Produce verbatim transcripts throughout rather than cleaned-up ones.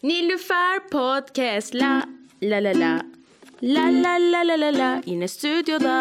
Nilüfer Podcast la la la la la la la la la la yine stüdyoda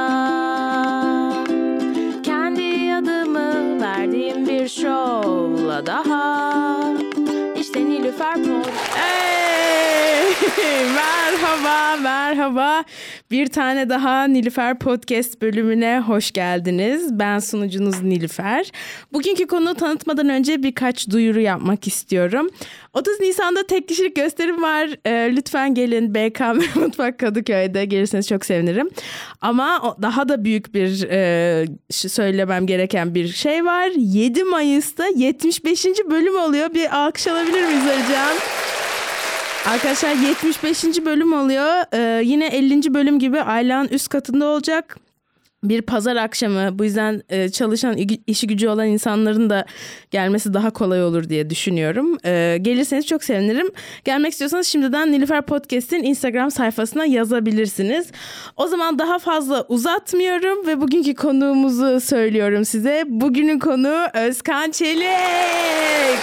kendi adımı verdiğim bir şovla daha işte Nilüfer Podcast. Hey! merhaba merhaba bir tane daha Nilüfer Podcast bölümüne hoş geldiniz. Ben sunucunuz Nilüfer. Bugünkü konuyu tanıtmadan önce birkaç duyuru yapmak istiyorum. otuz Nisan'da tek kişilik gösterim var. E, lütfen gelin B K M Mutfak Kadıköy'de, gelirseniz çok sevinirim. Ama daha da büyük bir e, söylemem gereken bir şey var. yedi Mayıs'ta yetmiş beşinci bölüm oluyor. Bir alkış alabilir miyiz hocam? Arkadaşlar yetmiş beşinci bölüm oluyor. Ee, yine ellinci bölüm gibi Ayla'nın üst katında olacak. Bir pazar akşamı. Bu yüzden e, çalışan, işi gücü olan insanların da gelmesi daha kolay olur diye düşünüyorum. E, gelirseniz çok sevinirim. Gelmek istiyorsanız şimdiden Nilüfer Podcast'in Instagram sayfasına yazabilirsiniz. O zaman daha fazla uzatmıyorum ve bugünkü konuğumuzu söylüyorum size. Bugünün konuğu Özkan Çelik.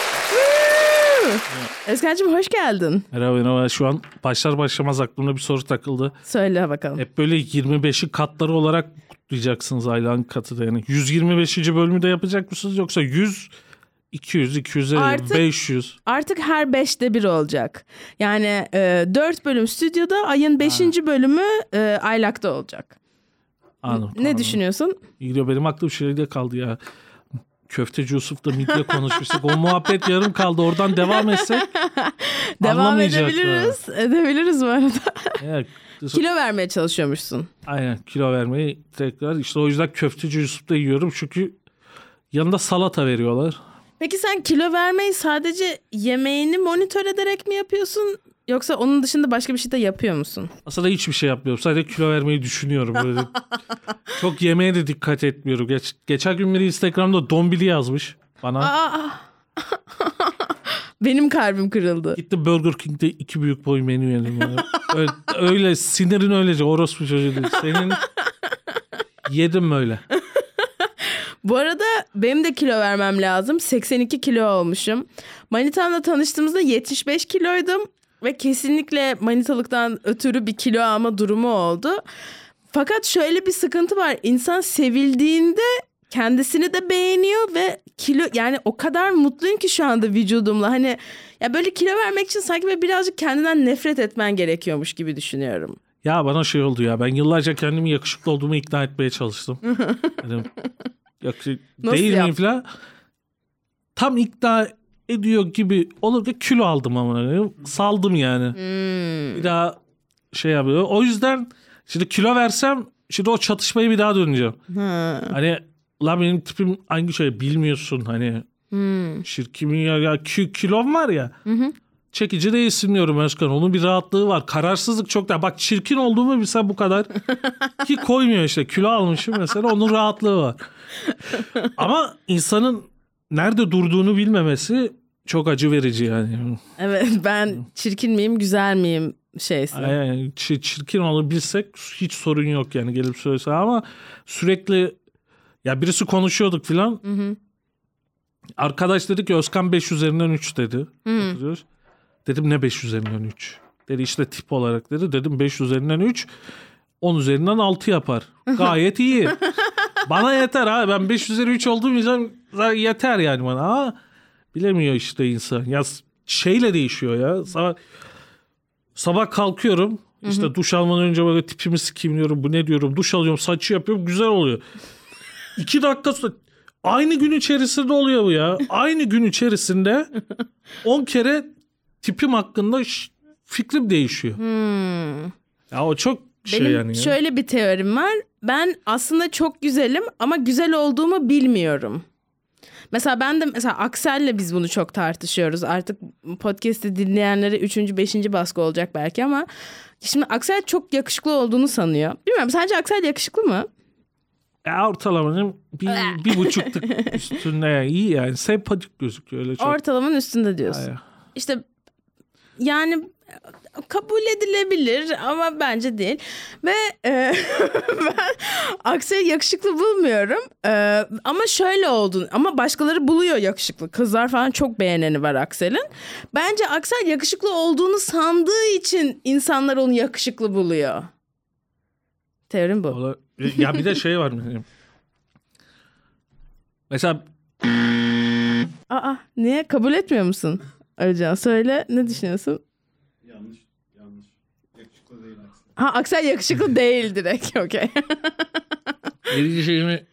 Özkan'cığım hoş geldin. Merhaba merhaba. Şu an başlar başlamaz aklımda bir soru takıldı. Söyle bakalım. Hep böyle yirmi beşi katları olarak kutlayacaksınız Ayla'nın katı da yani. yüz yirmi beşinci bölümü de yapacak mısınız yoksa yüz, iki yüz, iki yüz, beş yüz? Artık her beşte bir olacak. Yani e, dört bölüm stüdyoda, ayın beşinci bölümü e, Aylak'ta olacak. Anladım. Ne anladım. düşünüyorsun? İyi, benim aklım şeyde kaldı ya. Köfteci Yusuf'la midye konuşmuştuk. O muhabbet yarım kaldı. Oradan devam etsek devam edebiliriz. Edebiliriz bu arada. Evet. Kilo vermeye çalışıyormuşsun. Aynen, kilo vermeyi tekrar. İşte o yüzden köfteci Yusuf'ta yiyorum. Çünkü yanında salata veriyorlar. Peki sen kilo vermeyi sadece yemeğini monitör ederek mi yapıyorsun? Yoksa onun dışında başka bir şey de yapıyor musun? Aslında hiçbir şey yapmıyorum. Sadece kilo vermeyi düşünüyorum. Böyle çok yemeğe de dikkat etmiyorum. Geç, geçen gün biri Instagram'da dombili yazmış bana. Aa, benim kalbim kırıldı. Gittim Burger King'de iki büyük boy menü yedim. öyle, öyle sinirin öylece orospu çocuğu değil. Senin yedim öyle. Bu arada benim de kilo vermem lazım. seksen iki kilo olmuşum. Manitamla tanıştığımızda yetmiş beş kiloydum. Ve kesinlikle manitalıktan ötürü bir kilo alma durumu oldu. Fakat şöyle bir sıkıntı var. İnsan sevildiğinde kendisini de beğeniyor ve kilo, yani o kadar mutluyum ki şu anda vücudumla. Hani ya böyle kilo vermek için sanki böyle birazcık kendinden nefret etmen gerekiyormuş gibi düşünüyorum. Ya bana şey oldu ya. Ben yıllarca kendimi yakışıklı olduğumu ikna etmeye çalıştım. Yani, yakışıklı değil miyim falan. Tam ikna ediyor gibi olur ki kilo aldım ama saldım yani. Hmm. Bir daha şey yapıyor. O yüzden şimdi kilo versem şimdi o çatışmayı bir daha döneceğim. Ha. Hani la benim tipim hangi şey bilmiyorsun hani. Hmm. Şirkimin ya, ya ki, kilom var ya. Hı hı. Çekici değilsin diyorum Özkan. Onun bir rahatlığı var. Kararsızlık çok da. Bak çirkin olduğumu bilsen bu kadar. Ki koymuyor işte. Kilo almışım mesela. Onun rahatlığı var. Ama insanın nerede durduğunu bilmemesi çok acı verici yani. Evet, ben çirkin miyim güzel miyim şeysi. Yani çirkin olabilsek hiç sorun yok yani gelip söylese ama sürekli ya birisi konuşuyorduk filan. Hı hı. Arkadaş dedi ki Özkan beş üzerinden üç dedi. Hı. Dedim ne beş üzerinden üç? Dedi işte tip olarak dedi. Dedim beş üzerinden üç on üzerinden altı yapar. Gayet iyi. Bana yeter ha. Ben beş üzeri üç olduğum için yeter yani bana. Ama bilemiyor işte insan. Ya şeyle değişiyor ya. Sabah, sabah kalkıyorum. İşte hı hı. Duş almadan önce böyle tipimi sikeyim diyorum. Bu ne diyorum? Duş alıyorum, saçı yapıyorum. Güzel oluyor. İki dakika sonra aynı gün içerisinde oluyor bu ya. Aynı gün içerisinde on kere tipim hakkında fikrim değişiyor. Hmm. Ya o çok şey benim yani. Benim şöyle bir teorim var. Ben aslında çok güzelim ama güzel olduğumu bilmiyorum. Mesela ben de mesela Aksel'le biz bunu çok tartışıyoruz. Artık podcast'i dinleyenlere üçüncü, beşinci baskı olacak belki ama şimdi Aksel çok yakışıklı olduğunu sanıyor. Bilmiyorum, sence Aksel yakışıklı mı? Ya ortalamanın bir, bir buçuk tık üstünde yani. İyi yani. Sempatik gözüküyor öyle çok. Ortalamanın üstünde diyorsun. Hayır. İşte yani kabul edilebilir ama bence değil. Ve e, ben Aksel'i yakışıklı bulmuyorum. E, ama şöyle oldu. Ama başkaları buluyor yakışıklı. Kızlar falan çok beğeneni var Aksel'in. Bence Aksel yakışıklı olduğunu sandığı için insanlar onu yakışıklı buluyor. Teorim bu. Ya bir de şey var benim. Mesela Aa, niye? Kabul etmiyor musun? Arıcan söyle, ne düşünüyorsun? Yanlış, yanlış. Yakışıklı değil Aksel. Ha, Aksel yakışıklı değil direkt. Okey. birinci şeyimi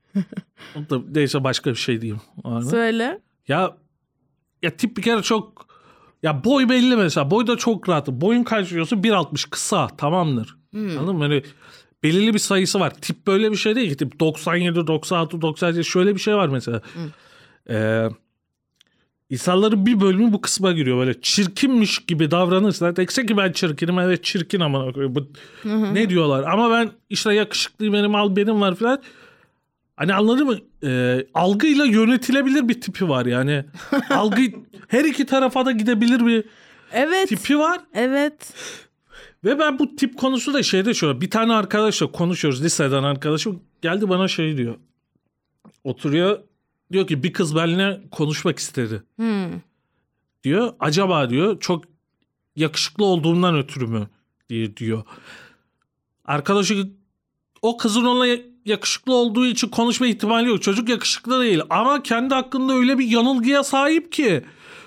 neyse başka bir şey diyeyim. Abi. Söyle. Ya ya tip bir kere çok, ya boy belli mesela. Boy da çok rahat. Boyun kaç diyorsun? bir altmış kısa, tamamdır. Hmm. Anladın mı? Yani belirli bir sayısı var. Tip böyle bir şey değil ki. Tip doksan yedi, doksan altı, doksan yedi şöyle bir şey var mesela. Hmm. Ee, insanların bir bölümü bu kısma giriyor. Böyle çirkinmiş gibi davranırsa. Dekse ki ben çirkinim. Evet çirkin ama bu ne diyorlar. Ama ben işte yakışıklıyım, benim al benim var falan. Hani anladın mı? Ee, algıyla yönetilebilir bir tipi var yani. Algı her iki tarafa da gidebilir bir evet. tipi var. Evet. Ve ben bu tip konusu da şeyde şöyle bir tane arkadaşla konuşuyoruz, liseden arkadaşım geldi bana şey diyor. Oturuyor diyor ki bir kız benimle konuşmak istedi. Hmm. Diyor acaba diyor çok yakışıklı olduğumdan ötürü mü diye diyor. Arkadaşı o kızın onunla yakışıklı olduğu için konuşma ihtimali yok. Çocuk yakışıklı değil ama kendi hakkında öyle bir yanılgıya sahip ki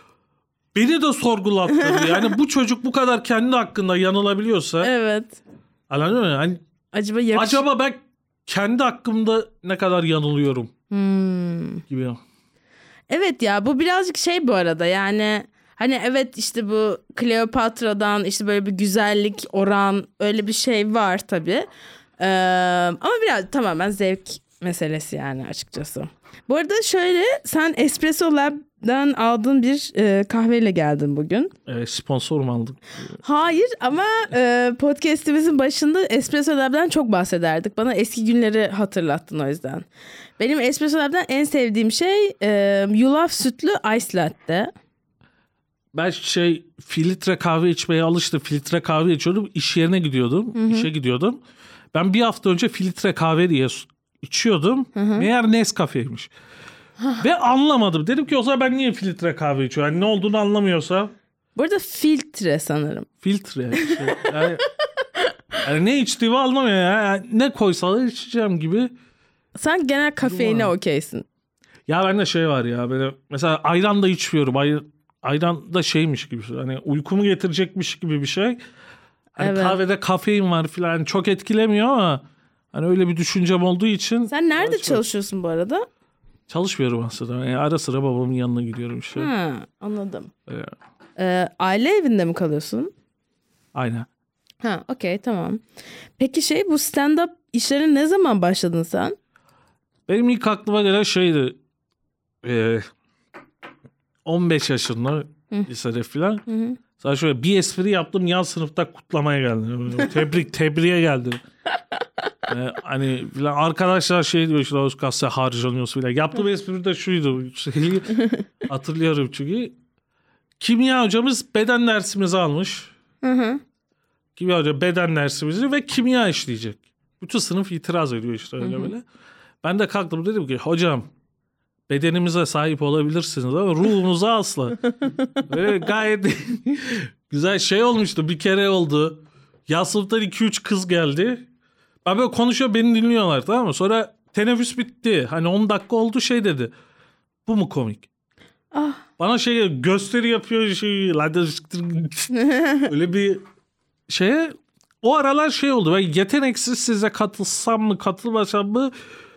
beni de sorgulattırdı. Yani bu çocuk bu kadar kendi hakkında yanılabiliyorsa. Evet. Anladın mı? Hani, acaba, yakış... acaba ben kendi hakkımda ne kadar yanılıyorum hmm. gibi. Evet ya, bu birazcık şey bu arada yani hani evet işte bu Kleopatra'dan işte böyle bir güzellik oran öyle bir şey var tabii. Ee, ama biraz tamamen zevk meselesi yani açıkçası. Bu arada şöyle, sen Espresso Lab'dan aldığın bir e, kahveyle geldin bugün. E, sponsor mu aldık? Hayır ama e, podcast'imizin başında Espresso Lab'dan çok bahsederdik. Bana eski günleri hatırlattın o yüzden. Benim Espresso Lab'dan en sevdiğim şey e, yulaf sütlü ice latte. Ben şey filtre kahve içmeye alıştım. Filtre kahve içiyordum. İş yerine gidiyordum. Hı hı. İşe gidiyordum. Ben bir hafta önce filtre kahve diye içiyordum. Hı hı. Meğer Nescafe'ymiş. Ve anlamadım. Dedim ki o zaman ben niye filtre kahve içiyorum? Yani ne olduğunu anlamıyorsa. Bu arada filtre sanırım. Filtre. Işte. Yani, yani ne içtiğimi anlamıyor ya. Yani ne koysalar içeceğim gibi. Sen genel kafeine okeysin. Ya bende şey var ya. Böyle, mesela ayran da içmiyorum. Ay, ayran da şeymiş gibi. Hani uykumu getirecekmiş gibi bir şey. Hani evet. Kahvede kafein var falan, çok etkilemiyor ama hani öyle bir düşüncem olduğu için. Sen nerede çalışıyorsun bu arada? Çalışmıyorum aslında. Yani ara sıra babamın yanına gidiyorum işte. Ha, anladım. Evet. Ee, aile evinde mi kalıyorsun? Aynen. Ha, okey, tamam. Peki şey, bu stand-up işlerine ne zaman başladın sen? Benim ilk aklıma gelen şeydi. E, on beş yaşında lisede falan. Hı hı. Sonra şöyle bir espri yaptım, yan sınıfta kutlamaya geldi. Tebrik, tebriğe geldi. ee, hani falan arkadaşlar şey diyor işte Özkan sen harcanıyorsun falan. Yaptığım espri de şuydu. Hatırlıyorum çünkü. Kimya hocamız beden dersimizi almış. Hı hı. Kimya hoca beden dersimizi ve kimya işleyecek. Bütün sınıf itiraz ediyor işte öyle hı hı. böyle. Ben de kalktım dedim ki hocam bedenimize sahip olabilirsiniz ama ruhumuza asla. Böyle gayet güzel şey olmuştu. Bir kere oldu. Yan sınıftan iki üç kız geldi. Ben böyle konuşuyor, beni dinliyorlar, tamam mı? Sonra teneffüs bitti. Hani on dakika oldu, şey dedi. Bu mu komik? Ah. Bana şey gösteri yapıyor. Şey, öyle bir şeye. O aralar şey oldu. Ben yeteneksiz size katılsam mı katılmasam mı?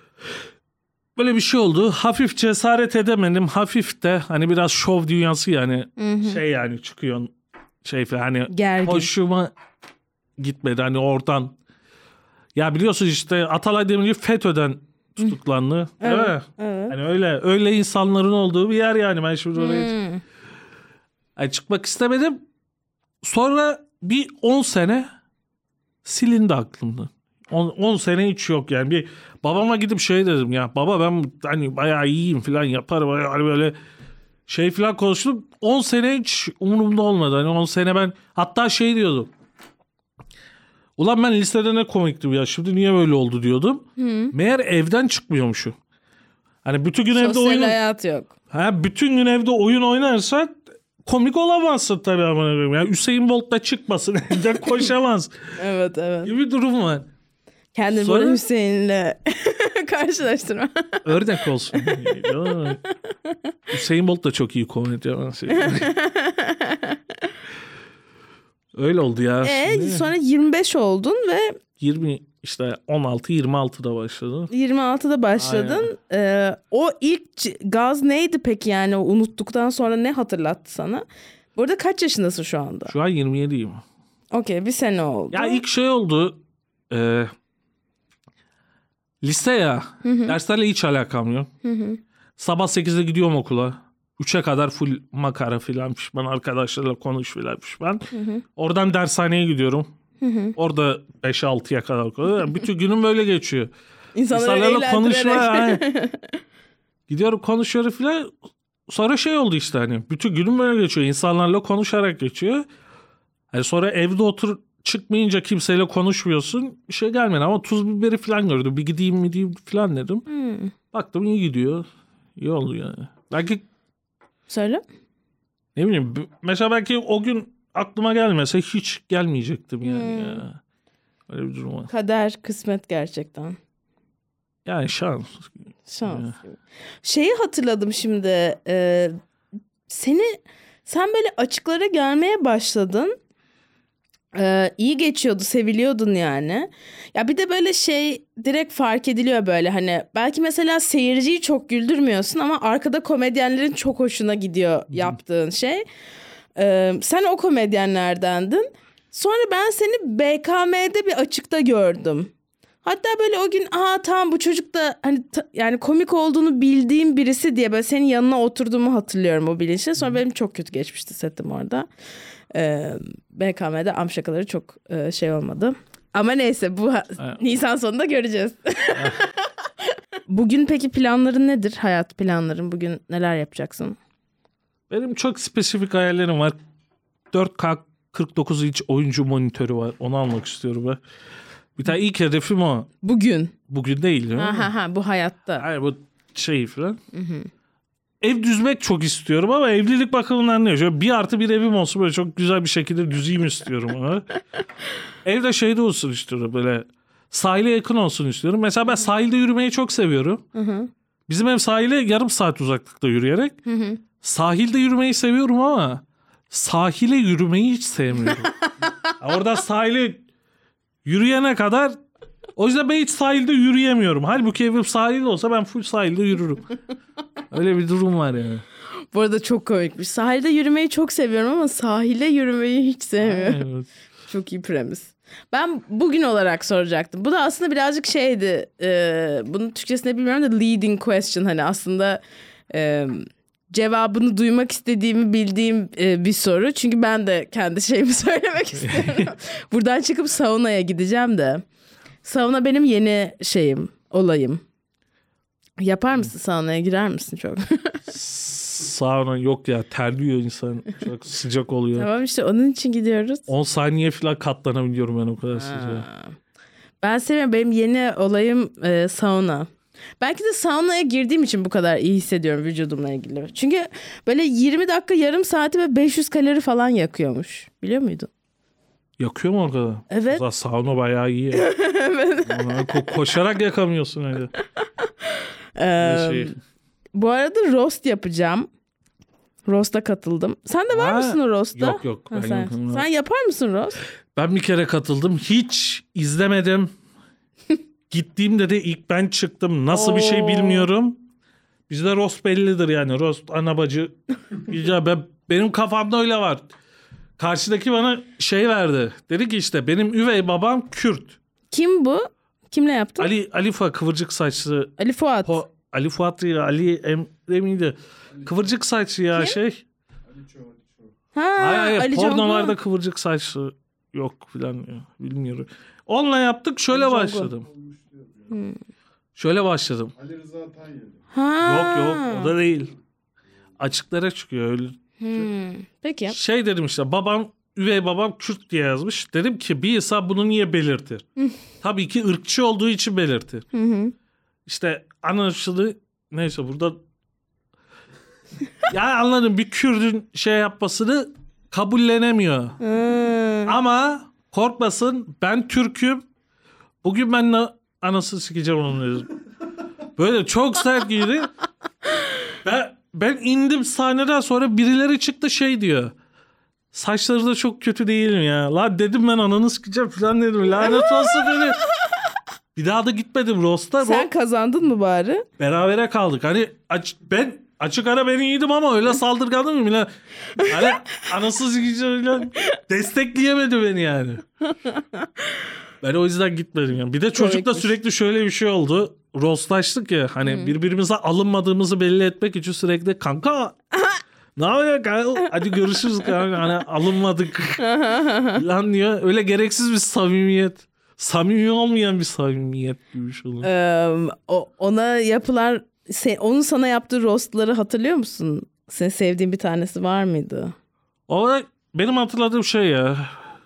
Böyle bir şey oldu. Hafif cesaret edemedim. Hafif de hani biraz şov dünyası yani. Hı hı. Şey yani çıkıyor şey falan hani gergin. Hoşuma gitmedi hani oradan. Ya biliyorsun işte Atalay Demirci FETÖ'den tutuklandı. Evet, değil mi? Evet. Hani öyle öyle insanların olduğu bir yer yani. Ben şimdi oraya hmm. yani çıkmak istemedim. Sonra bir on sene silindi aklımda. on sene hiç yok yani. Bir babama gidip şey dedim ya. Baba ben hani bayağı iyiyim falan yaparım. Hani böyle Şey falan konuştum. on sene hiç umurumda olmadı. Hani on sene ben hatta şey diyordum. Ulan ben lisede ne komiktim ya şimdi niye böyle oldu diyordum. Hı. Meğer evden çıkmıyormuşum. Hani bütün gün Sosyal evde oyun... hayat yok. Ha, bütün gün evde oyun oynarsan komik olamazsın tabii ama. Yani Hüseyin Bolt da çıkmasın evden koşamaz. Evet evet. Gibi bir durum var. Kendini Sonra... böyle Hüseyin'le karşılaştırma. Örnek olsun. Hüseyin Bolt da çok iyi komedyen. Öyle oldu ya. E, sonra yirmi beş oldun ve yirmi işte on altı yirmi altıda başladın. yirmi altıda başladın. Ee, o ilk gaz neydi peki yani o unuttuktan sonra ne hatırlattı sana? Burada kaç yaşındasın şu anda? Şu an yirmi yediyim. Okey, bir sene oldu. Ya ilk şey oldu. E, lise ya. Hı hı. Derslerle hiç alakam yok. Hı hı. Sabah sekizde gidiyorum okula. üçe kadar full makara filanmış. Ben arkadaşlarla konuş filanmış ben. Hı hı. Oradan dershaneye gidiyorum. Hı hı. Orada beş altıya kadar okuyorum. Bütün günüm böyle geçiyor. İnsanlarla konuşma. Yani. Gidiyorum konuşuyorum filan. Sonra şey oldu işte hani. Bütün günüm böyle geçiyor. İnsanlarla konuşarak geçiyor. Yani sonra evde otur çıkmayınca kimseyle konuşmuyorsun. Bir şey gelmedi ama tuz biberi filan gördüm. Bir gideyim mi diyeyim filan dedim. Hı. Baktım iyi gidiyor. İyi oldu yani. Belki söyle. Ne bileyim mesela belki o gün aklıma gelmese hiç gelmeyecektim yani. Hmm. Ya. Öyle bir durum var. Kader, kısmet gerçekten. Yani şans. Şans. Ya. Şeyi hatırladım şimdi. E, seni sen böyle açıklara gelmeye başladın. Ee, iyi geçiyordu, seviliyordun yani. Ya bir de böyle şey direkt fark ediliyor böyle hani belki mesela seyirciyi çok güldürmüyorsun ama arkada komedyenlerin çok hoşuna gidiyor yaptığın şey. Ee, sen o komedyenlerdendin. Sonra ben seni B K M'de bir açıkta gördüm. Hatta böyle o gün aha tamam bu çocuk da hani ta, yani komik olduğunu bildiğim birisi diye böyle senin yanına oturduğumu hatırlıyorum o bilinçle. Sonra benim çok kötü geçmişti setim orada. Ee, B K M'de am şakaları çok e, şey olmadı. Ama neyse bu ha- Nisan sonunda göreceğiz. Bugün peki planların nedir? Hayat planların bugün neler yapacaksın? Benim çok spesifik hayallerim var. dört K kırk dokuz inç oyuncu monitörü var. Onu almak istiyorum ben. Bir tane ilk hedefim o. Bugün. Bugün değil. Ha, ha, ha, bu hayatta. Hayır bu şey falan. Hı hı. Ev düzmek çok istiyorum ama evlilik bakımından ne? Şöyle bir artı bir evim olsun böyle çok güzel bir şekilde düzeyim istiyorum ama. Evde şeyde olsun istiyorum böyle sahile yakın olsun istiyorum. Mesela ben sahilde yürümeyi çok seviyorum. Hı hı. Bizim ev sahile yarım saat uzaklıkta yürüyerek. Hı hı. Sahilde yürümeyi seviyorum ama sahile yürümeyi hiç sevmiyorum. Orada sahile yürüyene kadar o yüzden ben hiç sahilde yürüyemiyorum. Halbuki evim sahilde olsa ben full sahilde yürürüm. Öyle bir durum var yani. Bu arada çok komikmiş. Sahilde yürümeyi çok seviyorum ama sahile yürümeyi hiç sevmiyorum. Evet. Çok iyi premis. Ben bugün olarak soracaktım. Bu da aslında birazcık şeydi. E, bunun Türkçesini bilmiyorum da leading question. Hani aslında e, cevabını duymak istediğimi bildiğim e, bir soru. Çünkü ben de kendi şeyimi söylemek istiyorum. Buradan çıkıp saunaya gideceğim de. Sauna benim yeni şeyim, olayım. Yapar mısın saunaya, girer misin çok? Sauna yok ya, terliyor insan. Çok sıcak oluyor. Tamam işte onun için gidiyoruz. on saniye falan katlanabiliyorum ben o kadar sıcağa. Ben seviyorum, benim yeni olayım e, sauna. Belki de saunaya girdiğim için bu kadar iyi hissediyorum vücudumla ilgili. Çünkü böyle yirmi dakika yarım saati ve beş yüz kalori falan yakıyormuş. Biliyor muydun? Yakıyor mu o kadar? Evet. O sauna bayağı iyi. Evet. Ko- koşarak yakamıyorsun öyle. Ee, şey. Bu arada roast yapacağım. Roast'a katıldım. Sen de var ha, mısın o roast'ta? Yok yok. Ha, sen, sen yapar mısın roast? Ben bir kere katıldım. Hiç izlemedim. Gittiğimde de ilk ben çıktım. Nasıl Oo. bir şey bilmiyorum. Bizde roast bellidir yani. Roast ana bacı. ya ben, benim kafamda öyle var. Karşıdaki bana şey verdi. Dedi ki işte benim üvey babam Kürt. Kim bu? Kimle yaptın? Ali Ali Fuat, kıvırcık saçlı. Ali Fuat. Po, Ali Fuat değil, Ali Emre miydi? Kıvırcık saçlı ya Kim? şey. Ali Ço, Ali Ço. Ha, hayır, hayır. Ali pornolarda Cango. Kıvırcık saçlı yok filan ya. Bilmiyorum. Onunla yaptık, şöyle Ali başladım. Hmm. Şöyle başladım. Ali Rıza Tanyeli. Ha. Yok yok, o da değil. açıklara çıkıyor öyle. Hmm. Peki. Şey dedim işte babam üvey babam Kürt diye yazmış. Dedim ki bir insan bunu niye belirtir? Tabii ki ırkçı olduğu için belirtir. Hı hı. İşte anlaşılı neyse burada yani anladım bir Kürt'ün şey yapmasını kabullenemiyor. Hmm. Ama korkmasın ben Türk'üm. Bugün ben de anasını sikeceğim onun dedim. Böyle çok sert girdi. Ben, ben indim sahneden sonra birileri çıktı şey diyor. Saçları da çok kötü değil mi ya? Lan dedim ben ananı sikeceğim falan dedim. Lanet olsun beni. Bir daha da gitmedim rosta. Sen kazandın mı bari? Berabere kaldık. Hani aç, ben açık ara ben iyiydim ama öyle saldırgandım mı? Bile, hani anasını sikeceğim falan. Destekleyemedi beni yani. Ben o yüzden gitmedim yani. Bir de çocukla Korrekmiş. sürekli şöyle bir şey oldu. Rostlaştık ya hani hmm. birbirimize alınmadığımızı belli etmek için sürekli kanka ne yapıyor kanka? Hadi görüşürüz kanka. Hani alınmadık falan diyor. Öyle gereksiz bir samimiyet. Samimi olmayan bir samimiyet gibi bir şey oluyor. Ee, o, ona yapılan sen, onun sana yaptığı roastları hatırlıyor musun? Senin sevdiğin bir tanesi var mıydı? O benim hatırladığım şey ya.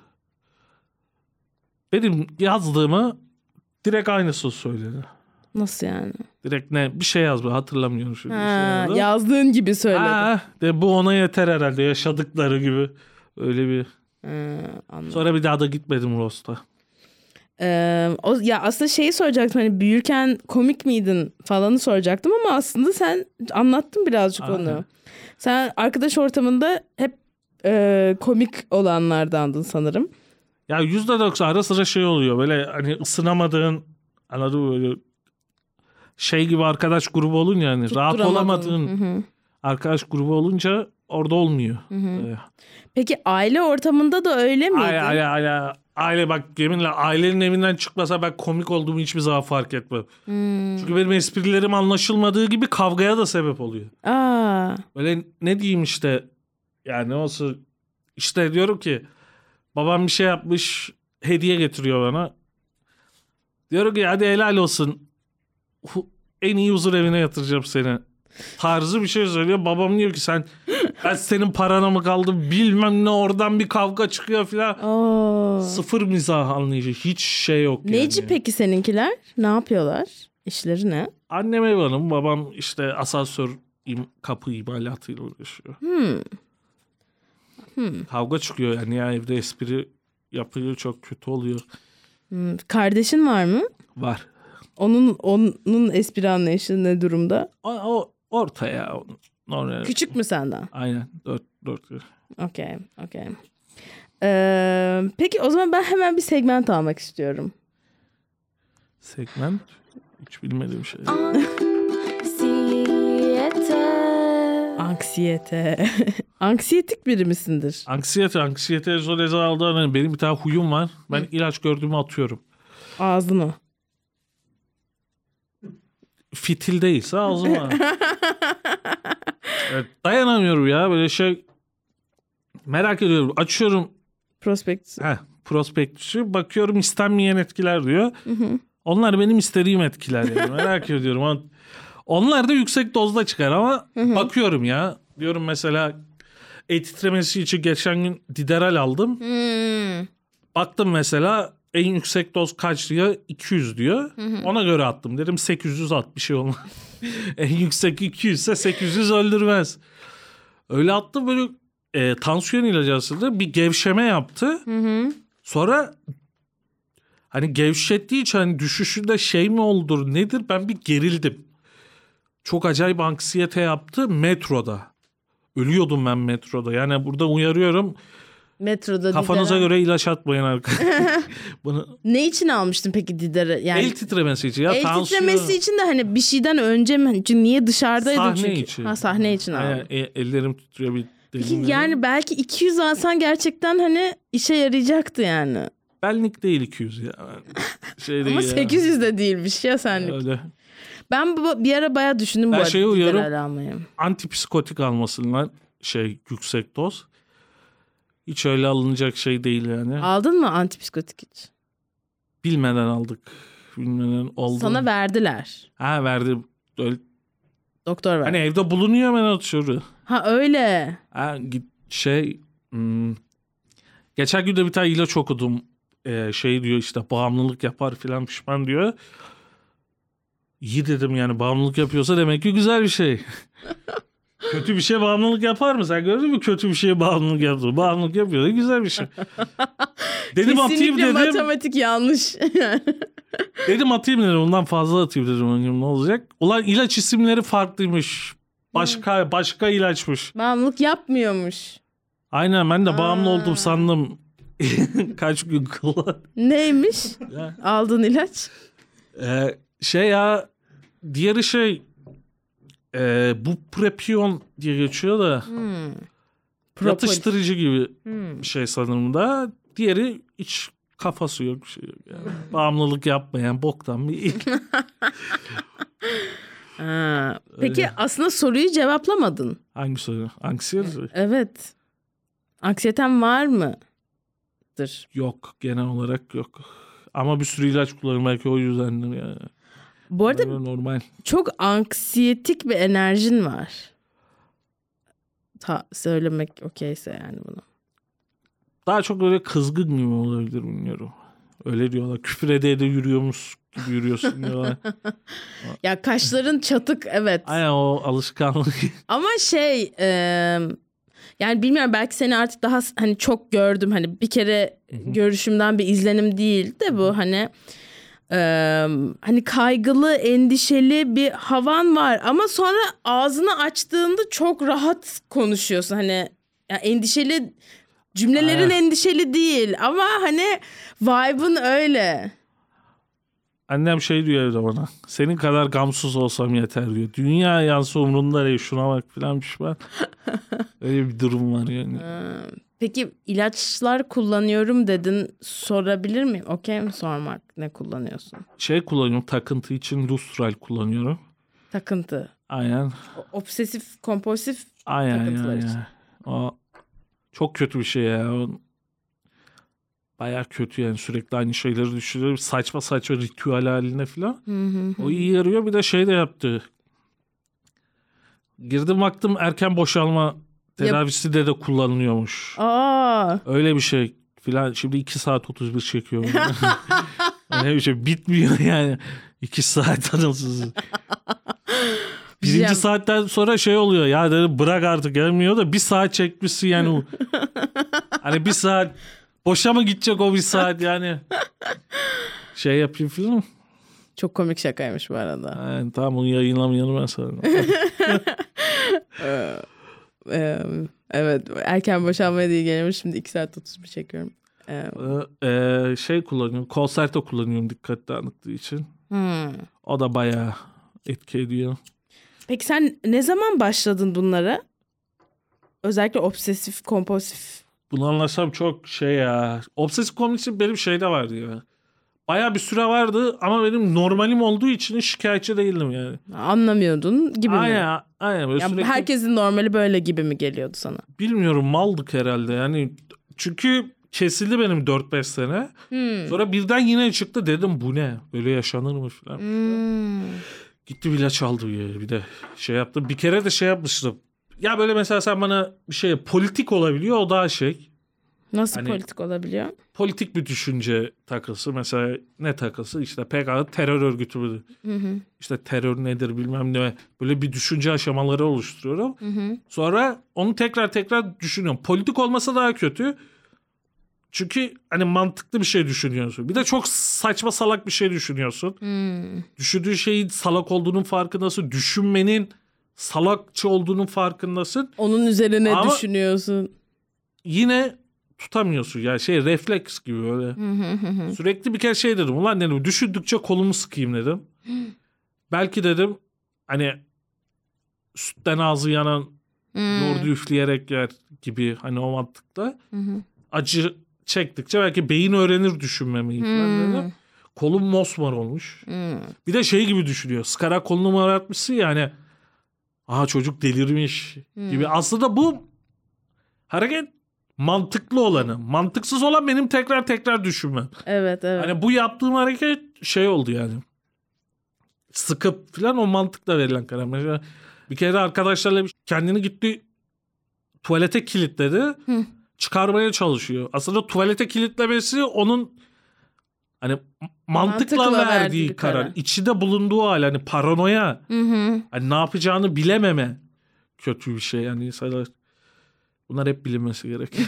Benim yazdığımı direkt aynısı söyledi. Nasıl yani? Direkt ne bir şey yazdı hatırlamıyorum şimdi. Ha, şey yazdığın gibi söyledi. Ha, de bu ona yeter herhalde yaşadıkları gibi. Öyle bir. Ha, sonra bir daha da gitmedim rosta. Ee, o, ya aslında şeyi soracaktım hani büyürken komik miydin falanı soracaktım ama aslında sen anlattın birazcık Aynen. onu. Sen arkadaş ortamında hep e, komik olanlardandın sanırım. Ya yüzde doksan ara sıra şey oluyor böyle hani ısınamadığın anladın mı böyle şey gibi arkadaş grubu olunca yani rahat olamadığın hı hı. arkadaş grubu olunca orada olmuyor. Hı hı. Peki aile ortamında da öyle miydi? Aile, aile, aile, aile bak yeminle ailenin evinden çıkmasa ben komik olduğumu hiçbir zaman fark etmem. Hmm. Çünkü benim esprilerim anlaşılmadığı gibi kavgaya da sebep oluyor. Aa. Böyle ne diyeyim işte yani olsun işte diyorum ki babam bir şey yapmış hediye getiriyor bana. Diyorum ki hadi helal olsun en iyi huzur evine yatıracağım seni. Tarzı bir şey söylüyor. Babam diyor ki sen ben senin parana mı kaldım bilmem ne oradan bir kavga çıkıyor filan. Sıfır mizah anlayıcı. Hiç şey yok yani. Neci peki seninkiler? Ne yapıyorlar? İşleri ne? Annem ev hanım. Babam işte asansör im, kapı imalatıyla uğraşıyor. Hmm. Hmm. Kavga çıkıyor yani ya evde espri yapıyor çok kötü oluyor. Hmm. Kardeşin var mı? Var. Onun onun espri anlayışı ne durumda? O, o orta ya. Normal. Küçük mü senden? Aynen. Dört, dört. Okey. Okey. Ee, peki o zaman ben hemen bir segment almak istiyorum. Segment? Hiç bilmediğim şey. Anksiyete. Anksiyete. Anksiyetik biri misindir? Anksiyete. Anksiyete zor aldı. Benim bir tane huyum var. Ben Hı. ilaç gördüğümü atıyorum. Ağzına. Fitil değilse ağzıma. Evet, dayanamıyorum ya böyle şey. Merak ediyorum. Açıyorum. Prospektüsü. Heh, prospektüsü. Bakıyorum istenmeyen etkiler diyor. Hı hı. Onlar benim istediğim etkiler yani. Merak ediyorum. Onlar da yüksek dozda çıkar ama hı hı. bakıyorum ya. Diyorum mesela el titremesi için geçen gün Dideral aldım. Hı. Baktım mesela en yüksek doz kaç diyor? iki yüz diyor. Hı hı. Ona göre attım. Dedim sekiz yüz at bir şey olmaz. En yüksek iki yüz ise sekiz yüz öldürmez. Öyle attım böyle e, tansiyon ilacı aslında bir gevşeme yaptı. Hı hı. Sonra hani gevşettiği için hani düşüşünde şey mi oldur nedir ben bir gerildim. Çok acayip anksiyete yaptı metroda. Ölüyordum ben metroda. Yani burada uyarıyorum. Metroda kafanıza Dider'e... göre ilaç atmayın arkadaşlar. Bunu... Ne için almıştın peki Dider'e? Yani... El titremesi için. Ya, El tansiyon... titremesi için de hani bir şeyden önce mi? Çünkü niye dışarıdaydın sahne çünkü? için. Ha sahne için aldın. Yani, e, ellerim titriyor bir Peki yani belki iki yüz alsan gerçekten hani işe yarayacaktı yani. Benlik değil iki yüz ya. Şey değil ama sekiz yüz de değilmiş ya senlik. Öyle. Ben bu, bir ara bayağı düşündüm ben bu arada şeyi uyarım, Dider'e almayı. Antipsikotik almasınlar şey yüksek doz. Hiç öyle alınacak şey değil yani. Aldın mı antipsikotik hiç? Bilmeden aldık. Bilmeden oldu. Sana verdiler. Ha verdi. Öyle Doktor ver. Hani evde bulunuyor hemen atışıyor. Ha öyle. Ha, git şey hmm, geçen gün de bir tane ilaç okudum. Ee, şey diyor işte bağımlılık yapar filan pişman diyor. İyi dedim yani bağımlılık yapıyorsa demek ki güzel bir şey. Kötü bir şey bağımlılık yapar mı? Sen gördün mü kötü bir şeye bağımlılık yaptı? Bağımlılık yapıyor da güzel bir şey. Dedim atayım Kesinlikle dedim. matematik yanlış. Dedim atayım dedim. Ondan fazla atayım dedim. Bakayım ne olacak? Ulan ilaç isimleri farklıymış. Başka başka ilaçmış. Bağımlılık yapmıyormuş. Aynen ben de bağımlı Aa. oldum sandım. Kaç gün kullan. Neymiş? Ya. Aldığın ilaç? Ee, şey ya diğeri şey e, bu Prepion diye geçiyor da Hmm. yatıştırıcı gibi Hmm. bir şey sanırım da. Diğeri hiç kafası yok bir şey yok. Yani. Bağımlılık yapmayan boktan bir il. Ha. Peki Öyle. aslında soruyu cevaplamadın. Hangi soru? Anksiyete? Evet. Anksiyeten var mıdır? Yok genel olarak yok. Ama bir sürü ilaç kullanıyorum belki o yüzdendir yani. Bu arada Böyle normal. çok anksiyetik bir enerjin var. Ta söylemek okeyse yani bunu. Daha çok böyle kızgın gibi olabilir bilmiyorum. Öyle diyorlar. Küfür ede ede yürüyormuş gibi yürüyorsun diyorlar. Ya kaşların çatık evet. Aynen o alışkanlık. Ama şey e, yani bilmiyorum belki seni artık daha s- hani çok gördüm. Hani bir kere görüşümden bir izlenim değil de bu hani e, hani kaygılı, endişeli bir havan var. Ama sonra ağzını açtığında çok rahat konuşuyorsun. Hani ya endişeli cümlelerin Aynen. endişeli değil ama hani vibe'ın öyle. Annem şey diyor evde bana. Senin kadar gamsız olsam yeter diyor. Dünya yansı umrunda değil şuna bak falan pişman. Öyle bir durum var yani. Peki ilaçlar kullanıyorum dedin, sorabilir miyim? Okey mi sormak? Ne kullanıyorsun? Şey kullanıyorum takıntı için Lustral kullanıyorum. Takıntı. Aynen. O- Obsesif kompulsif Aynen takıntılar yani. için. O çok kötü bir şey ya. O, bayağı kötü yani sürekli aynı şeyleri düşünüyorum. Saçma saçma ritüel haline falan. Hı hı. O iyi yarıyor. Bir de şey de yaptı. Girdim baktım erken boşalma tedavisi de de kullanılıyormuş. Aa, Öyle bir şey filan. Şimdi iki saat otuz bir çekiyor. Öyle bir şey bitmiyor yani. iki saat anılsız. Birinci Diyeceğim. saatten sonra şey oluyor. Ya dedim bırak artık gelmiyor da bir saat çekmişsin yani. o. Hani bir saat boşa mı gidecek o bir saat yani. Şey yapayım filan. çok komik şakaymış bu arada. Yani, tamam onu yayınlamayalım ben sana. Ee, evet, erken boşanmaya diye gelmiş. Şimdi iki saat otuz bir çekiyorum. Ee, Ee, şey kullanıyorum. Concerto kullanıyorum dikkat dağınıklığı için. hmm. O da bayağı etki ediyor. Peki sen ne zaman başladın bunlara? Özellikle obsesif kompulsif. Bunu anlarsam çok şey ya. Obsesif kompulsif benim şeyde vardı ya. Bayağı bir süre vardı ama benim normalim olduğu için şikayetçi değildim yani. Anlamıyordun gibi mi? Aynen, aynen. Böyle Ya sürekli, herkesin normali böyle gibi mi geliyordu sana? bilmiyorum maldık herhalde yani. Çünkü kesildi benim dört beş sene. Hmm. Sonra birden yine çıktı dedim bu ne? Böyle yaşanır mı falan. Hmm. Gitti bir ilaç aldı ya. Bir de şey yaptım. Bir kere de şey yapmıştım. Ya böyle mesela sen bana bir şey politik olabiliyor o daha şey. Nasıl Hani- politik olabiliyor? Politik bir düşünce takısı. Mesela ne takısı? İşte P K K terör örgütü müdür? Hı hı. İşte terör nedir bilmem ne. Böyle bir düşünce aşamaları oluşturuyorum. Hı hı. Sonra onu tekrar tekrar düşünüyorum. Politik olmasa daha kötü. Çünkü hani mantıklı bir şey düşünüyorsun. Bir de çok saçma salak bir şey düşünüyorsun. Hmm. Düşündüğün şeyin salak olduğunun farkındasın. Düşünmenin salakça olduğunun farkındasın. Onun üzerine Ama- düşünüyorsun. Yine tutamıyorsun. Yani şey refleks gibi böyle. Hı hı hı hı. Sürekli bir kere şey dedim. Ulan dedim düşündükçe kolumu sıkayım dedim. Belki dedim hani sütten ağzı yanan Hmm. yoğurdu üfleyerek yer gibi hani o mantıkla. Hı hı. Acı çektikçe belki beyin öğrenir düşünmemeyi falan Hmm. dedim. Kolum mosmor olmuş. Hmm. Bir de şey gibi düşünüyor. Sıkarak kolunu maratmışsın ya hani. Aha çocuk delirmiş gibi. Aslında bu hareket mantıklı olanı. Mantıksız olan benim tekrar tekrar düşünmem. Evet evet. Hani bu yaptığım hareket şey oldu yani. Sıkıp falan o mantıkla verilen karar. Mesela Bir kere arkadaşlarla kendini gitti tuvalete kilitledi. Hı. Çıkarmaya çalışıyor. Aslında tuvalete kilitlemesi onun hani mantıkla, Mantıkla verdiği, verdiği karar. karar. İçinde bulunduğu hal hani paranoya. Hı hı. Hani ne yapacağını bilememe kötü bir şey. Yani insanlar bunlar hep bilinmesi gerekiyor.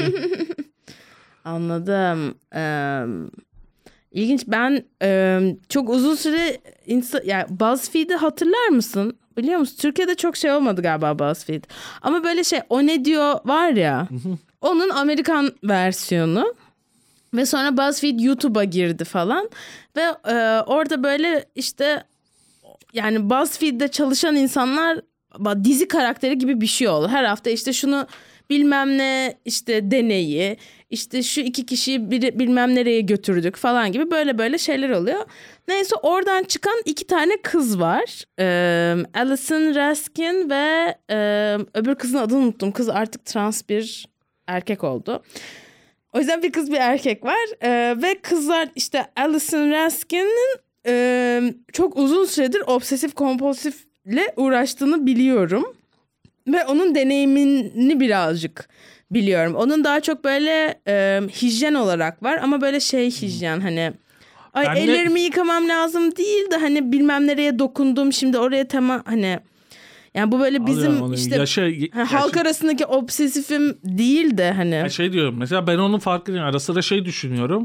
Anladım. Ee, ilginç. Ben e, çok uzun süre insta- yani BuzzFeed'i hatırlar mısın? Biliyor musun? Türkiye'de çok şey olmadı galiba BuzzFeed. Ama böyle şey O Ne Diyor var ya. Onun Amerikan versiyonu. Ve sonra BuzzFeed YouTube'a girdi falan. Ve e, orada böyle işte yani BuzzFeed'de çalışan insanlar dizi karakteri gibi bir şey oldu. Her hafta işte şunu bilmem ne işte deneyi, işte şu iki kişiyi bir, bilmem nereye götürdük falan gibi böyle böyle şeyler oluyor. Neyse oradan çıkan iki tane kız var. Ee, Alison Raskin ve e, öbür kızın adını unuttum. Kız artık trans bir erkek oldu. O yüzden bir kız bir erkek var. Ee, ve kızlar işte Alison Raskin'in e, çok uzun süredir obsesif kompulsifle uğraştığını biliyorum. Ve onun deneyimini birazcık biliyorum. Onun daha çok böyle e, hijyen olarak var ama böyle şey hijyen hani ay Ben de- ellerimi yıkamam lazım değil de hani bilmem nereye dokundum şimdi oraya tema hani yani bu böyle bizim Anlıyorum onu. işte Yaşa, ha, yaşa- halk arasındaki obsesifim değil de hani. Ya şey diyorum mesela ben onun farkını ara sıra şey düşünüyorum.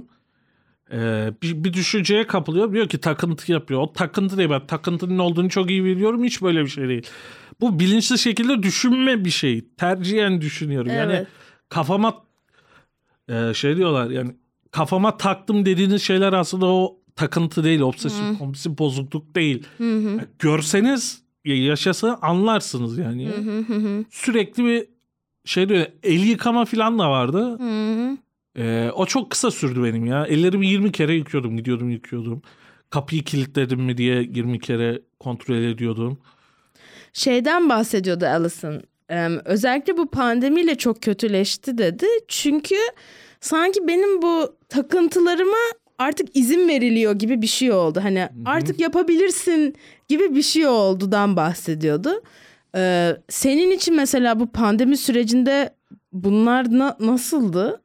Ee, bir, bir düşünceye kapılıyor. Diyor ki takıntı yapıyor. O takıntı değil. Ben takıntının olduğunu çok iyi biliyorum. Hiç böyle bir şey değil. Bu bilinçli şekilde düşünme bir şey. Tercihen düşünüyorum. Yani Evet. kafama e, şey diyorlar yani kafama taktım dediğiniz şeyler aslında o takıntı değil. Obsesif kompulsif bozukluk değil. Yani görseniz yaşasa anlarsınız yani. Sürekli bir şey diyor. El yıkama falan da vardı. Hı-hı. Ee, o çok kısa sürdü benim ya. Ellerimi yirmi kere yıkıyordum. Gidiyordum yıkıyordum. Kapıyı kilitledim mi diye yirmi kere kontrol ediyordum. Şeyden bahsediyordu Alison. Ee, özellikle bu pandemiyle çok kötüleşti dedi. Çünkü sanki benim bu takıntılarıma artık izin veriliyor gibi bir şey oldu. Hani Hı-hı. artık yapabilirsin gibi bir şey oldudan bahsediyordu. Ee, senin için mesela bu pandemi sürecinde bunlar na- nasıldı?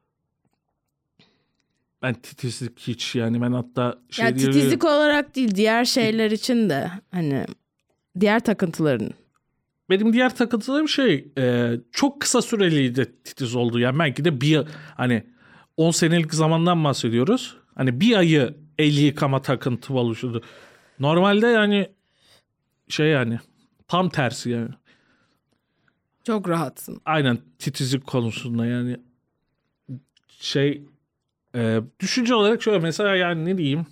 Ben titizlik hiç yani ben hatta şey Ya diyebilirim. titizlik olarak değil diğer şeyler için de hani diğer takıntıların. Benim diğer takıntılarım şey e, çok kısa süreliydi titiz oldu. Yani belki de bir hani on senelik zamandan bahsediyoruz. Hani bir ayı el yıkama takıntı oluşturdu. Normalde yani şey yani tam tersi yani. Çok rahatsın. Aynen titizlik konusunda yani şey e, düşünce olarak şöyle mesela yani ne diyeyim.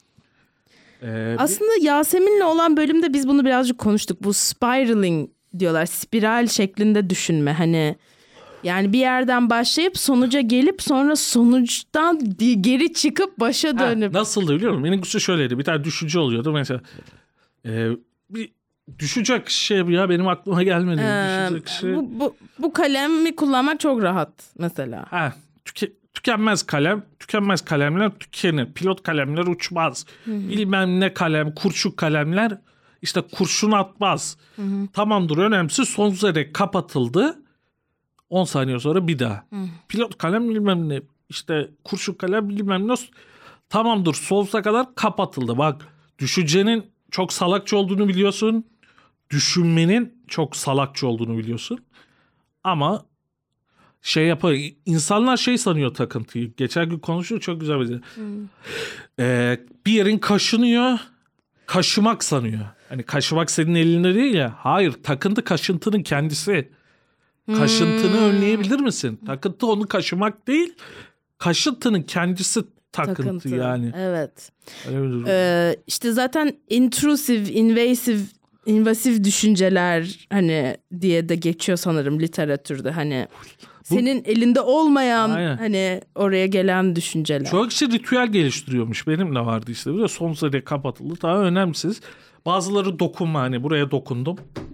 E, Aslında Yasemin'le olan bölümde biz bunu birazcık konuştuk. Bu spiraling diyorlar. Spiral şeklinde düşünme. Hani yani bir yerden başlayıp sonuca gelip sonra sonuçtan geri çıkıp başa dönüp. Ha, nasıldı biliyor musun? Benimkisi şöyleydi. Bir tane düşünce oluyordu mesela. E, bir düşecek şey ya benim aklıma gelmedi. Ee, düşecek şey. bu, bu, bu kalemi kullanmak çok rahat mesela. Ha, tüke, tükenmez kalem. Tükenmez kalemler tükenir. Pilot kalemler uçmaz. Hı-hı. Bilmem ne kalem, kurşun kalemler işte kurşun atmaz. Hı-hı. Tamamdır önemlisi sonsuza dek kapatıldı. on saniye sonra bir daha. Hı-hı. Pilot kalem bilmem ne. İşte kurşun kalem bilmem ne. Tamamdır sonsuza kadar kapatıldı. Bak düşüncenin çok salakça olduğunu biliyorsun. Düşünmenin çok salakça olduğunu biliyorsun. Ama şey yapar. İnsanlar şey sanıyor takıntıyı. Geçen gün konuşuyor çok güzel bir şey. Hmm. Ee, bir yerin kaşınıyor. Kaşımak sanıyor. Hani kaşımak senin elinde değil ya. Hayır takıntı kaşıntının kendisi. Kaşıntını hmm. önleyebilir misin? Takıntı onu kaşımak değil. Kaşıntının kendisi takıntı, takıntı. Yani. Evet. Ee, işte zaten intrusive, invasive, invasif düşünceler hani diye de geçiyor sanırım literatürde. Hani bu, senin elinde olmayan aynen. Hani oraya gelen düşünceler. Çok kişi ritüel geliştiriyormuş. Benim de vardı işte. Böyle sonsuza dek kapatıldı. Daha önemsiz. Bazıları dokunma hani buraya dokundum.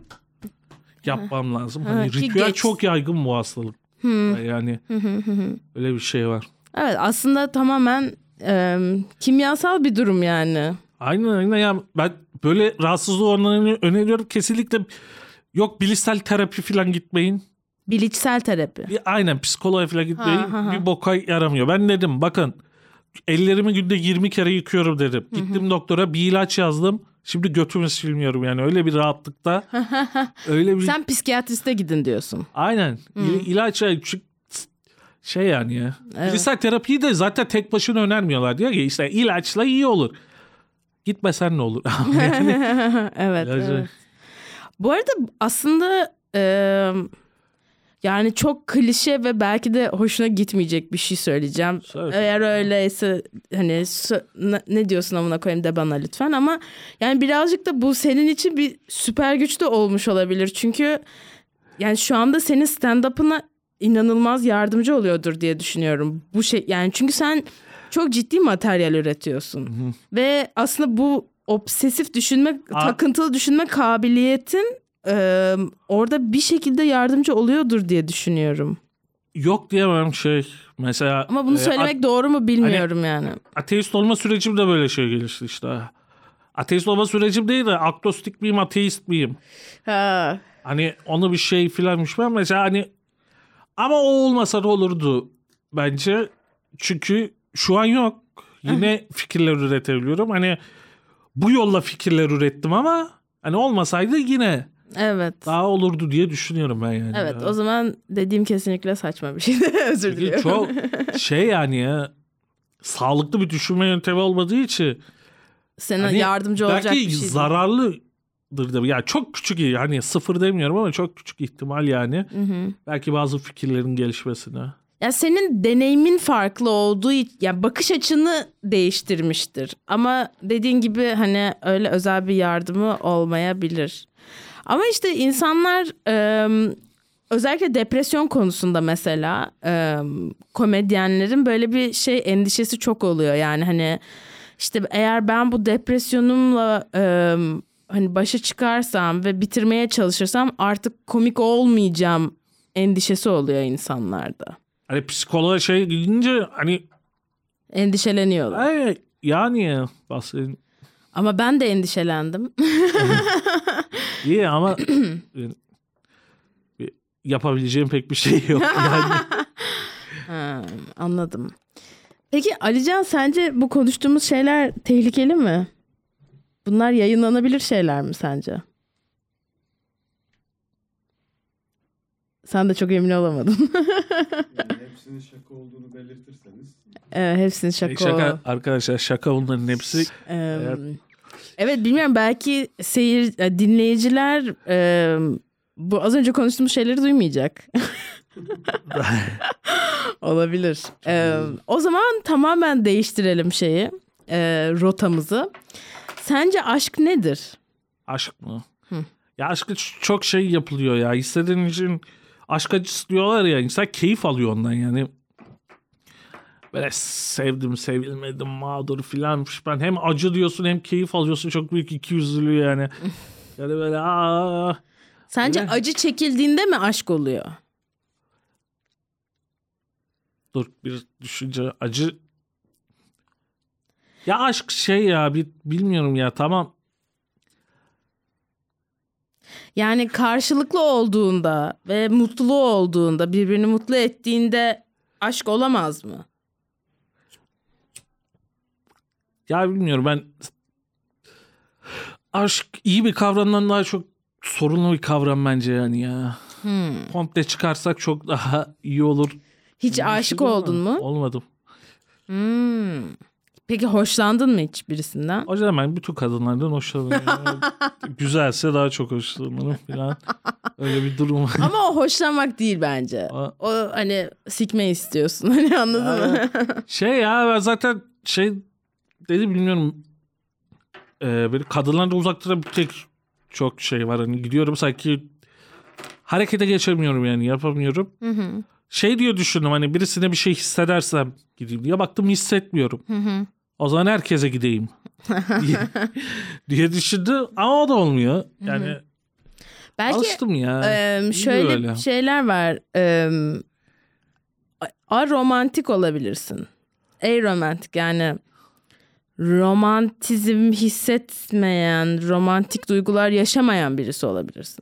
Yapmam ha. lazım. Hani ha, ritüel geç. Çok yaygın bu hastalık. Hmm. Yani öyle bir şey var. Evet aslında tamamen e, kimyasal bir durum yani. Aynen aynen ya ben böyle rahatsızlığı olanlarını öneriyorum kesinlikle. Yok bilişsel terapi falan gitmeyin. Bilişsel terapi. Bir, aynen psikoloğa falan gitmeyin. Ha, ha, ha. Bir boka yaramıyor. Ben dedim bakın ellerimi günde yirmi kere yıkıyorum dedim. Gittim doktora bir ilaç yazdım. Şimdi götümü silmiyorum yani öyle bir rahatlıkta. öyle bir Sen psikiyatriste gidin diyorsun. aynen İ- ilaç şey yani ya. Evet. Bilişsel terapiyi de zaten tek başına önermiyorlar diyor ki işte ilaçla iyi olur. Gitmesen ne olur? yani, evet, ilacı- evet. Bu arada aslında e, yani çok klişe ve belki de hoşuna gitmeyecek bir şey söyleyeceğim. Söyle. Eğer öyleyse hani sö- ne, ne diyorsun amına koyayım de bana lütfen ama yani birazcık da bu senin için bir süper güç de olmuş olabilir. Çünkü yani şu anda senin stand-up'ına inanılmaz yardımcı oluyordur diye düşünüyorum. Bu şey yani çünkü sen çok ciddi materyal üretiyorsun. Ve aslında bu obsesif düşünme, A- takıntılı düşünme kabiliyetin e, orada bir şekilde yardımcı oluyordur diye düşünüyorum. Yok diyemem şey mesela. Ama bunu e, söylemek doğru mu bilmiyorum yani. ateist olma sürecim de böyle şey gelişti işte. Ateist olma sürecim değil de agnostik miyim ateist miyim? Ha. Hani onu bir şey filanmış ben mesela hani ama o olmasa da olurdu bence. Çünkü şu an yok. Yine fikirler üretebiliyorum. Hani bu yolla fikirler ürettim ama hani olmasaydı yine Evet. daha olurdu diye düşünüyorum ben yani. Evet ya. o zaman dediğim kesinlikle saçma bir şeydi. Özür Çünkü diliyorum. çok şey yani ya sağlıklı bir düşünme yöntemi olmadığı için Sana hani yardımcı olacak belki bir şey değil. zararlıdır da yani çok küçük hani sıfır demiyorum ama çok küçük ihtimal yani. Hı hı. Belki bazı fikirlerin gelişmesine. Ya senin deneyimin farklı olduğu için ya bakış açını değiştirmiştir. Ama dediğin gibi hani öyle özel bir yardımı olmayabilir. Ama işte insanlar e, özellikle depresyon konusunda mesela e, komedyenlerin böyle bir şey endişesi çok oluyor. Yani hani işte eğer ben bu depresyonumla e, hani başa çıkarsam ve bitirmeye çalışırsam artık komik olmayacağım endişesi oluyor insanlarda. Hani psikoloğa şey gidince hani Endişeleniyorlar. ay, yani bahsedin Ama ben de endişelendim. iyi ama e, yapabileceğim pek bir şey yok yani. Ha, anladım. Peki Alican sence bu konuştuğumuz şeyler tehlikeli mi? Bunlar yayınlanabilir şeyler mi sence? Sen de çok emin olamadın. Yani hepsinin şaka olduğunu belirtirseniz. Evet, hepsinin şaka. Şaka arkadaşlar şaka bunların hepsi. Ee, Evet. evet bilmiyorum belki seyir dinleyiciler e, bu az önce konuştuğumuz şeyleri duymayacak. Olabilir. Ee, o zaman tamamen değiştirelim şeyi, e, rotamızı. Sence aşk nedir? Aşk mı? Hı. Ya aşkı ç- çok şey yapılıyor ya. İstediğin için aşk acısı diyorlar ya. İnsan keyif alıyor ondan yani. Böyle sevdim sevilmedim mağdur filanmış. Ben hem acı diyorsun hem keyif alıyorsun. Çok büyük ikiyüzlülüğü yani. Yani böyle aa. Sence Öyle. acı çekildiğinde mi aşk oluyor? Dur bir düşünce acı. Ya aşk şey ya bir bilmiyorum ya tamam. Yani karşılıklı olduğunda ve mutlu olduğunda, birbirini mutlu ettiğinde aşk olamaz mı? Ya bilmiyorum ben aşk iyi bir kavramdan daha çok sorunlu bir kavram bence yani ya. Hmm. Komple çıkarsak çok daha iyi olur. Hiç aşık oldun mu? Olmadım. Hmm. Peki hoşlandın mı hiç birisinden? O yüzden ben bütün kadınlardan hoşlanıyorum. Güzelse daha çok hoşlanırım falan. Öyle bir durum. Ama o hoşlanmak değil bence. Aa. O hani sikme istiyorsun. Hani anladın mı? Şey ya ben zaten şey dedi bilmiyorum. Ee, böyle kadınlarla uzak durabilecek çok şey var. Hani gidiyorum sanki harekete geçemiyorum yani yapamıyorum. Hı hı. Şey diye düşündüm hani birisine bir şey hissedersem gideyim diye baktım hissetmiyorum. Hı hı. O zaman herkese gideyim diye, diye düşündü ama o da olmuyor. Yani Belki alıştım ya. e, İyi şöyle öyle. şeyler var. E, aromantik olabilirsin. Aromantik yani romantizm hissetmeyen, romantik duygular yaşamayan birisi olabilirsin.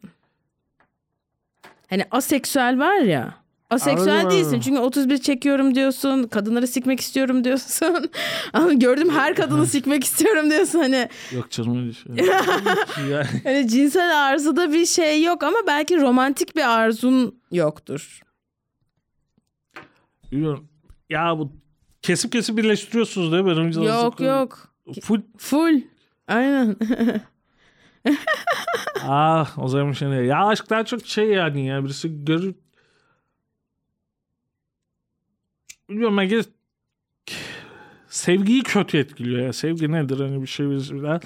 Hani aseksüel var ya. Aseksüel Anladım. değilsin çünkü otuz bir çekiyorum diyorsun. Kadınları sikmek istiyorum diyorsun. Ama gördüm her kadını sikmek istiyorum diyorsun. Hani, Yok canım öyle şey. Yani, hani cinsel arzuda bir şey yok ama belki romantik bir arzun yoktur. bilmiyorum. Ya bu kesip kesip birleştiriyorsunuz değil mi? Benim Yok yok. Full. Full. Aynen. Ah o zaman şey ne? Ya aşk daha çok şey yani ya. Birisi görür. Bilmiyorum ben gez... Sevgiyi kötü etkiliyor ya. Sevgi nedir hani bir şey bir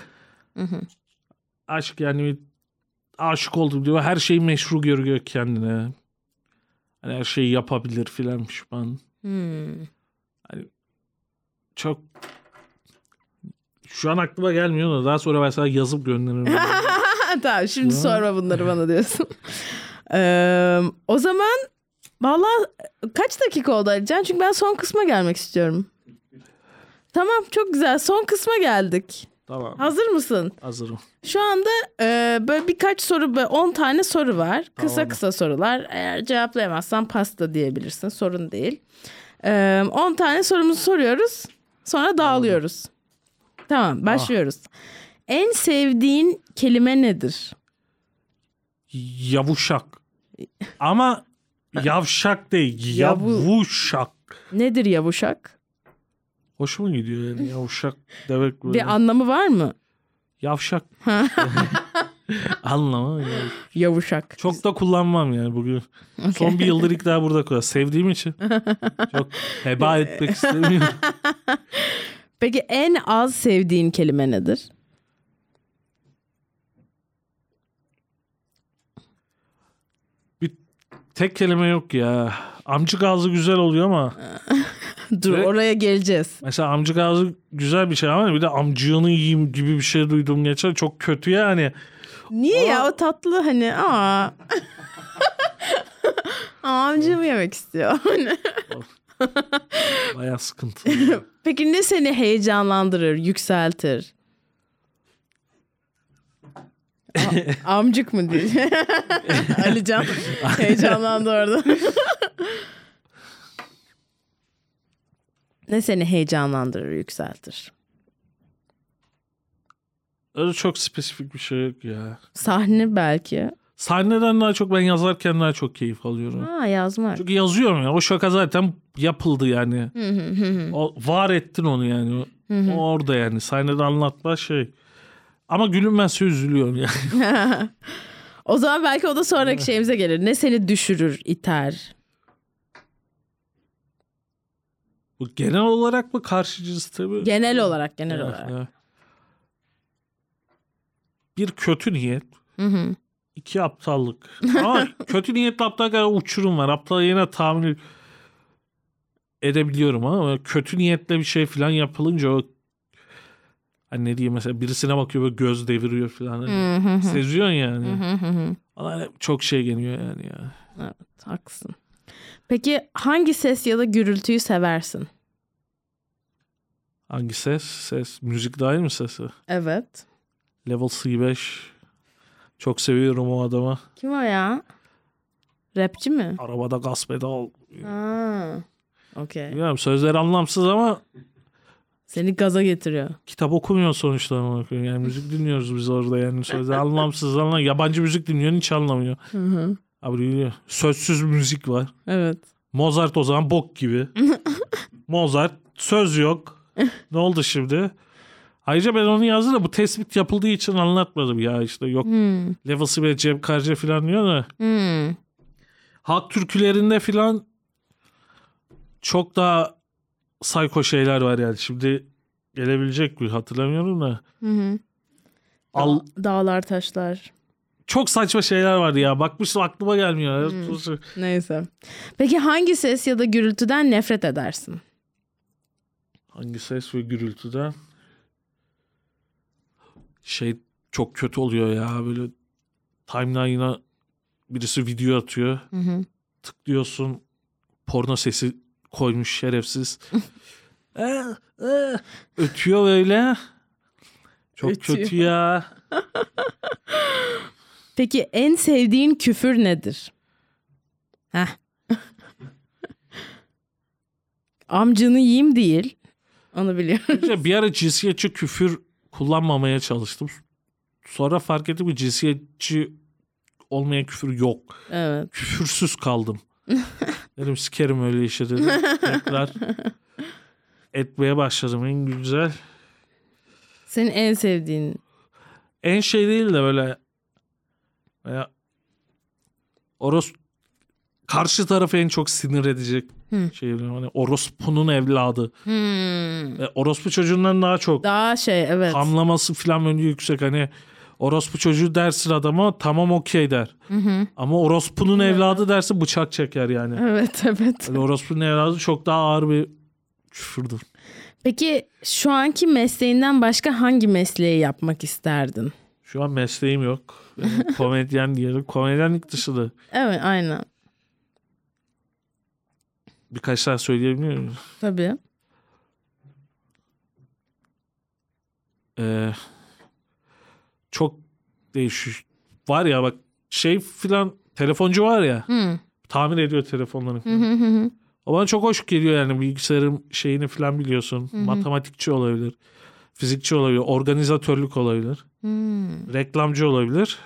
aşk yani bir aşık oldum diyor. Her şeyi meşru görüyor kendine. Hani her şeyi yapabilir filan pişman. Hmm. Hani çok şu an aklıma gelmiyor da daha sonra ben sana yazıp gönderirim. Tamam şimdi Ya. sorma bunları bana diyorsun. Ee, o zaman vallahi kaç dakika oldu Alican? Çünkü ben son kısma gelmek istiyorum. Tamam çok güzel. Son kısma geldik. Tamam. Hazır mısın? Hazırım. Şu anda e, böyle birkaç soru, böyle on tane soru var. Kısa Tamam. kısa sorular. Eğer cevaplayamazsan pasta diyebilirsin. Sorun değil. E, on tane sorumuzu soruyoruz. Sonra dağılıyoruz. Tamam başlıyoruz. En sevdiğin kelime nedir? Yavuşak. Ama yavşak değil. Yavu- Yavuşak. Nedir yavuşak? Hoş mu gidiyor yani yavuşak demek böyle. Bir anlamı var mı? Yavşak. Anlamı yani. Yavuşak. Çok da kullanmam yani bugün. Son bir yıldır ilk daha burada kullan. Sevdiğim için. Çok heba etmek istemiyorum. Peki en az sevdiğin kelime nedir? Bir tek kelime yok ya. Amcık ağzı güzel oluyor ama. Dur Ve- oraya geleceğiz. Mesela amcık ağzı güzel bir şey ama bir de amcığını yiyeyim gibi bir şey duydum geçen. Çok kötü yani. Niye ya o tatlı hani aa. Amcığımı yemek istiyor. Bayağı sıkıntı. Peki ne seni heyecanlandırır, yükseltir? A- amcık mı diye. Alican heyecanlandı orada. Ne seni heyecanlandırır, yükseltir? Öyle çok spesifik bir şey yok ya. Sahne belki. Sahneden daha çok ben yazarken daha çok keyif alıyorum. Ha yazmak. Çünkü yazıyorum ya. O şaka zaten yapıldı yani. O, var ettin onu yani. O orada yani. Sahnede anlatma şey. Ama gülünmezse üzülüyorum yani. O zaman belki o da sonraki şeyimize gelir. Ne seni düşürür, iter? Bu genel olarak mı karşı cins tabii? Genel olarak, genel Ya, olarak. ya. Bir kötü niyet. Hı hı. İki aptallık. Ama kötü niyetli aptal kadar uçurum var. Aptal yine tahmin edebiliyorum ama kötü niyetle bir şey falan yapılınca o hani ne diyeyim mesela birisine bakıyor böyle göz deviriyor falan. Hani Hı hı hı. seziyorsun yani. Hı hı hı. Bana hani çok şey geliyor yani ya. Evet, haklısın. Peki hangi ses ya da gürültüyü seversin? Hangi ses? Ses. Müzik dahil mi sesi? Evet. Level C beş. Çok seviyorum o adamı. Kim o ya? Rapçi mi? Arabada gaz pedal. Ha. Okey. Bilmiyorum sözleri anlamsız ama Seni gaza getiriyor. kitap okumuyor sonuçta. ama Yani müzik dinliyoruz biz orada yani. Sözleri anlamsız ama yabancı müzik dinliyor hiç anlamıyor. Hı hı. Abi dinliyor. Sözsüz müzik var. Evet. Mozart o zaman bok gibi. Mozart söz yok. Ne oldu şimdi? Ayrıca ben onu yazdım da bu tespit yapıldığı için anlatmadım ya işte yok. Hmm. Level'sı ve Cem Karaca falan diyor da. Hmm. Halk türkülerinde falan çok daha psycho şeyler var yani. Şimdi gelebilecek mi hatırlamıyorum da. Hı hı. Al, Dağlar taşlar. çok saçma şeyler var ya. Bakmıştım aklıma gelmiyor. Neyse. Peki hangi ses ya da gürültüden nefret edersin? Hangi ses ve gürültüden? Şey çok kötü oluyor ya. Böyle timeline'a birisi video atıyor. Hı hı. Tıklıyorsun. Porno sesi koymuş şerefsiz. Ee, ee, ötüyor böyle. Çok Ötüyor. kötü ya. Peki en sevdiğin küfür nedir? Heh. Amcanı yiyeyim değil. Onu biliyorum. İşte bir ara cinsiyetçi küfür kullanmamaya çalıştım. Sonra fark ettim ki cinsiyetçi olmayan küfür yok. Evet. Küfürsüz kaldım. Dedim sikerim öyle işe dedim. Tekrar etmeye başladım en güzel. Senin en sevdiğin. En şey değil de böyle veya oros karşı tarafı en çok sinir edecek Hı. şey. Hani orospunun evladı. Hmm. E, orospu çocuğundan daha çok Daha şey evet. hamlaması falan önce yüksek. Hani orospu çocuğu dersin adama tamam okey der. Hı hı. Ama orospunun evladı derse bıçak çeker yani. Evet evet. Yani orospunun evladı çok daha ağır bir küfürdür. Peki şu anki mesleğinden başka hangi mesleği yapmak isterdin? Şu an mesleğim yok. Yani komedyen diyelim. Komedyenlik dışında Evet aynen. birkaç tane söyleyebiliyor muyum? Tabii. Ee, çok değişik. Var ya bak şey filan telefoncu var ya Hı. tamir ediyor telefonları. Hı hı hı hı. O bana çok hoş geliyor yani bilgisayarın şeyini filan biliyorsun. Matematikçi olabilir. Fizikçi olabilir. Organizatörlük olabilir. Hmm. Reklamcı olabilir.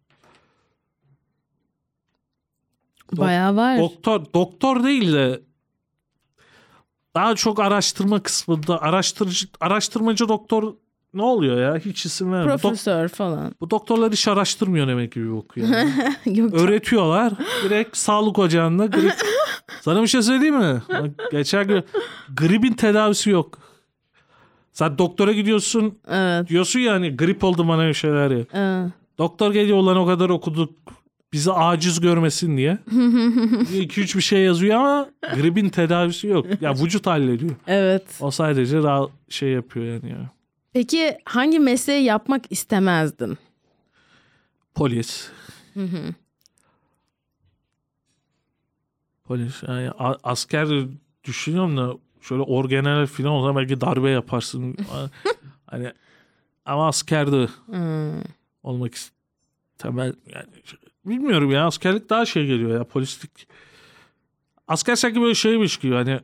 Bayağı var. Doktor doktor değil de daha çok araştırma kısmında araştırıcı araştırmacı doktor ne oluyor ya? Hiç isim vermiyor. Dok- Profesör falan. bu doktorlar hiç araştırmıyor demek gibi okuyor. Yani. Yok. Öğretiyorlar. Direkt sağlık ocağında grip. Sana bir şey söyleyeyim mi? Bak, geçen gün gripin tedavisi yok. Sen doktora gidiyorsun Evet. diyorsun ya hani grip oldu bana bir şeyler ya. Evet. Doktor geliyor ulan o kadar okuduk bizi aciz görmesin diye. iki üç bir şey yazıyor ama gripin tedavisi yok. Ya vücut hallediyor. Evet. O sadece rahat şey yapıyor yani ya. Peki hangi mesleği yapmak istemezdin? Polis. Polis. Yani a- asker düşünüyorum da şöyle orgeneral falan o zaman belki darbe yaparsın. Hani ama askerde Hmm. olmak istemel yani bilmiyorum ya askerlik daha şey geliyor ya polislik. Asker sanki böyle şeymiş gibi hani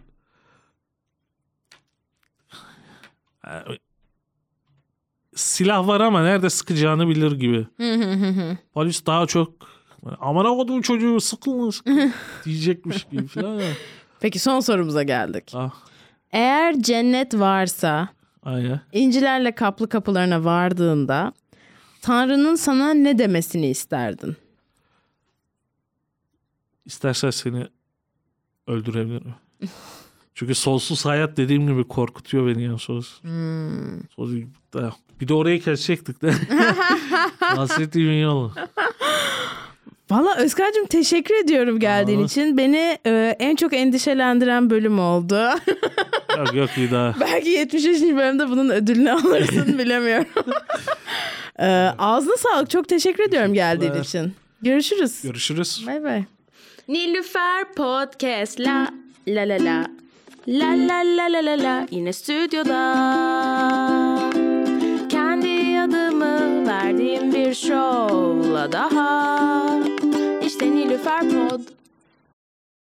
yani silah var ama nerede sıkacağını bilir gibi. Polis daha çok aman avadığım çocuğu sıkılma sıkılma diyecekmiş gibi falan. Peki son sorumuza geldik. Ah, Eğer cennet varsa aynen. incilerle kaplı kapılarına vardığında Tanrı'nın sana ne demesini isterdin? İstersen seni öldürebilirim. Çünkü sonsuz hayat dediğim gibi korkutuyor beni yani sonsuz. Hmm. Sonsuz- da- Bir de orayı kesecektik de. Bahsettiğim iyi oldu. Valla Özkan'cığım teşekkür ediyorum geldiğin Aa. için. Beni e, en çok endişelendiren bölüm oldu. Yok yok iyi daha. Belki yetmiş beşinci bölümde bunun ödülünü alırsın bilemiyorum. e, ağzına sağlık. Çok teşekkür ediyorum geldiğin için. Görüşürüz. Görüşürüz. Bay bay. Nilüfer Podcast la la la la la la la la la la yine stüdyoda kendi adımı verdiğim bir şovla daha işte Nilüfer Pod.